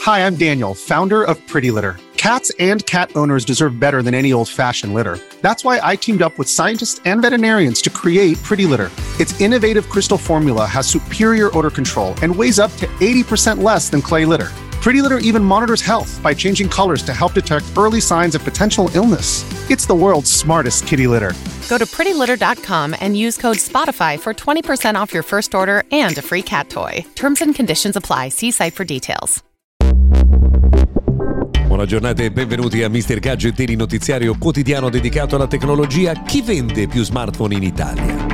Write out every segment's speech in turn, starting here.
Hi, I'm Daniel, founder of Pretty Litter. Cats and cat owners deserve better than any old-fashioned litter. That's why I teamed up with scientists and veterinarians to create Pretty Litter. Its innovative crystal formula has superior odor control and weighs up to 80% less than clay litter. Pretty Litter even monitors health by changing colors to help detect early signs of potential illness. It's the world's smartest kitty litter. Go to prettylitter.com and use code SPOTIFY for 20% off your first order and a free cat toy. Terms and conditions apply. See site for details. Buona giornata e benvenuti a Mr. Gadget, il notiziario quotidiano dedicato alla tecnologia. Chi vende più smartphone in Italia?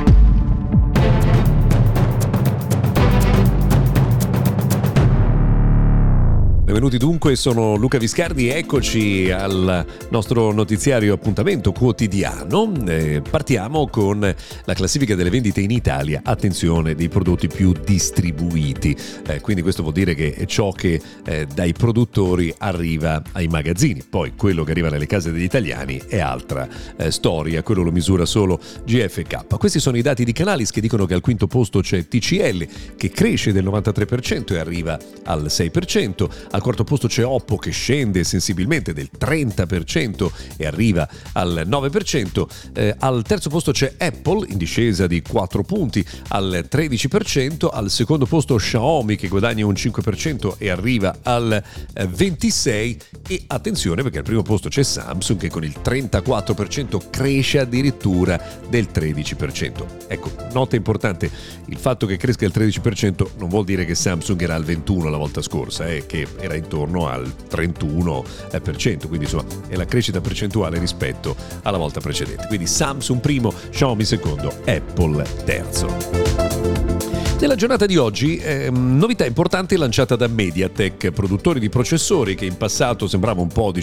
Benvenuti dunque, sono Luca Viscardi e eccoci al nostro notiziario appuntamento quotidiano. Partiamo con la classifica delle vendite in Italia, attenzione, dei prodotti più distribuiti. Quindi questo vuol dire che è ciò che dai produttori arriva ai magazzini. Poi quello che arriva nelle case degli italiani è altra storia, quello lo misura solo GfK. Questi sono i dati di Canalys che dicono che al quinto posto c'è TCL che cresce del 93% e arriva al 6%. Al quarto posto c'è Oppo che scende sensibilmente del 30% e arriva al 9%. Al terzo posto c'è Apple in discesa di 4 punti al 13%. Al secondo posto Xiaomi che guadagna un 5% e arriva al 26%. E attenzione perché al primo posto c'è Samsung che con il 34% cresce addirittura del 13%. Ecco, nota importante, il fatto che cresca il 13% non vuol dire che Samsung era al 21% la volta scorsa, che era intorno al 31%, quindi insomma è la crescita percentuale rispetto alla volta precedente. Quindi Samsung primo, Xiaomi secondo, Apple terzo. Nella giornata di oggi, novità importante lanciata da MediaTek, produttori di processori che in passato sembrava un po'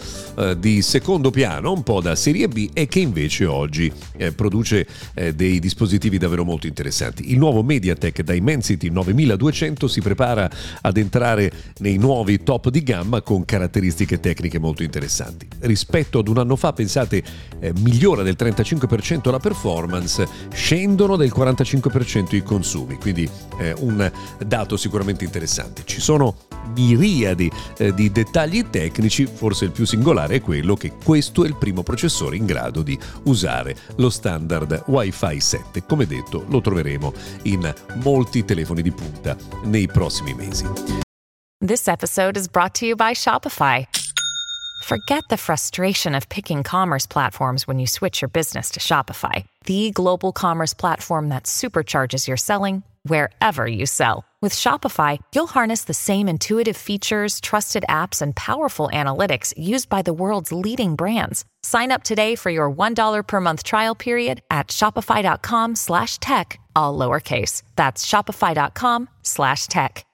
di secondo piano, un po' da serie B e che invece oggi produce dei dispositivi davvero molto interessanti. Il nuovo MediaTek Dimensity 9200 si prepara ad entrare nei nuovi top di gamma con caratteristiche tecniche molto interessanti. Rispetto ad un anno fa, pensate, migliora del 35% la performance, scendono del 45% i consumi. Quindi un dato sicuramente interessante. Ci sono miriadi di dettagli tecnici, forse il più singolare è quello che questo è il primo processore in grado di usare lo standard Wi-Fi 7. Come detto, lo troveremo in molti telefoni di punta nei prossimi mesi. This episode is brought to you by Shopify. Forget the frustration of picking commerce platforms when you switch your business to Shopify, the global commerce platform that supercharges your selling wherever you sell. With Shopify, you'll harness the same intuitive features, trusted apps, and powerful analytics used by the world's leading brands. Sign up today for your $1 per month trial period at shopify.com/tech, all lowercase. That's shopify.com/tech.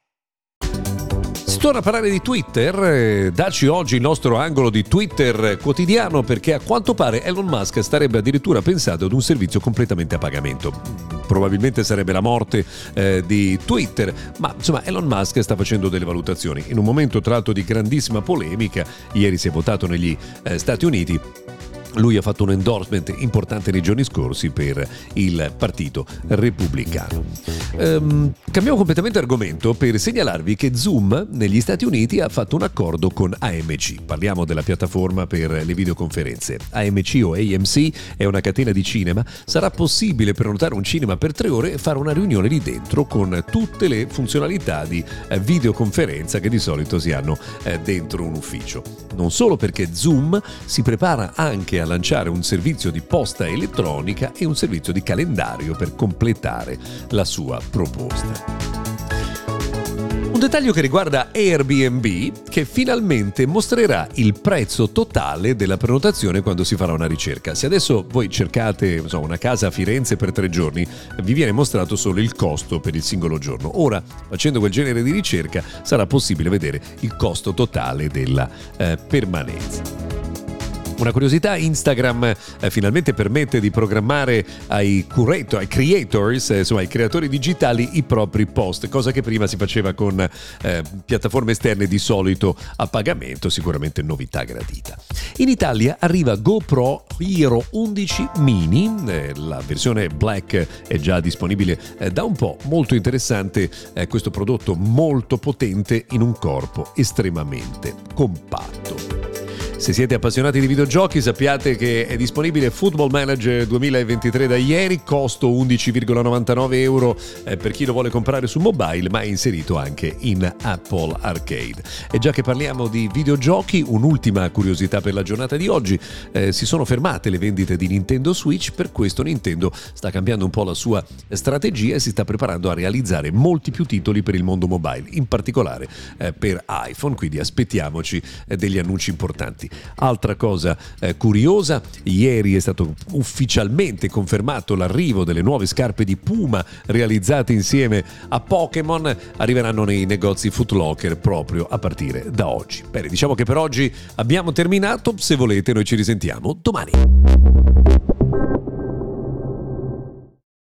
Torna a parlare di Twitter, dacci oggi il nostro angolo di Twitter quotidiano perché a quanto pare Elon Musk starebbe addirittura pensando ad un servizio completamente a pagamento. Probabilmente sarebbe la morte di Twitter, ma insomma Elon Musk sta facendo delle valutazioni. In un momento tra l'altro di grandissima polemica, ieri si è votato negli Stati Uniti, lui ha fatto un endorsement importante nei giorni scorsi per il partito repubblicano. Cambiamo completamente argomento per segnalarvi che Zoom negli Stati Uniti ha fatto un accordo con AMC. Parliamo della piattaforma per le videoconferenze. AMC o AMC è una catena di cinema. Sarà possibile prenotare un cinema per 3 ore e fare una riunione lì dentro con tutte le funzionalità di videoconferenza che di solito si hanno dentro un ufficio. Non solo perché Zoom si prepara anche a lanciare un servizio di posta elettronica e un servizio di calendario per completare la sua proposta. Un dettaglio che riguarda Airbnb, che finalmente mostrerà il prezzo totale della prenotazione quando si farà una ricerca. Se adesso voi cercate una casa a Firenze per 3 giorni, vi viene mostrato solo il costo per il singolo giorno. Ora, facendo quel genere di ricerca, sarà possibile vedere il costo totale della permanenza. Una curiosità, Instagram finalmente permette di programmare ai creators, insomma ai creatori digitali, i propri post, cosa che prima si faceva con piattaforme esterne di solito a pagamento, sicuramente novità gradita. In Italia arriva GoPro Hero 11 Mini, la versione Black è già disponibile da un po', molto interessante questo prodotto molto potente in un corpo estremamente compatto. Se siete appassionati di videogiochi sappiate che è disponibile Football Manager 2023 da ieri, costo 11,99 euro per chi lo vuole comprare su mobile, ma è inserito anche in Apple Arcade. E già che parliamo di videogiochi, un'ultima curiosità per la giornata di oggi, si sono fermate le vendite di Nintendo Switch, per questo Nintendo sta cambiando un po' la sua strategia e si sta preparando a realizzare molti più titoli per il mondo mobile, in particolare per iPhone, quindi aspettiamoci degli annunci importanti. Altra cosa curiosa, ieri è stato ufficialmente confermato l'arrivo delle nuove scarpe di Puma realizzate insieme a Pokémon, arriveranno nei negozi Foot Locker proprio a partire da oggi. Bene, diciamo che per oggi abbiamo terminato, se volete noi ci risentiamo domani.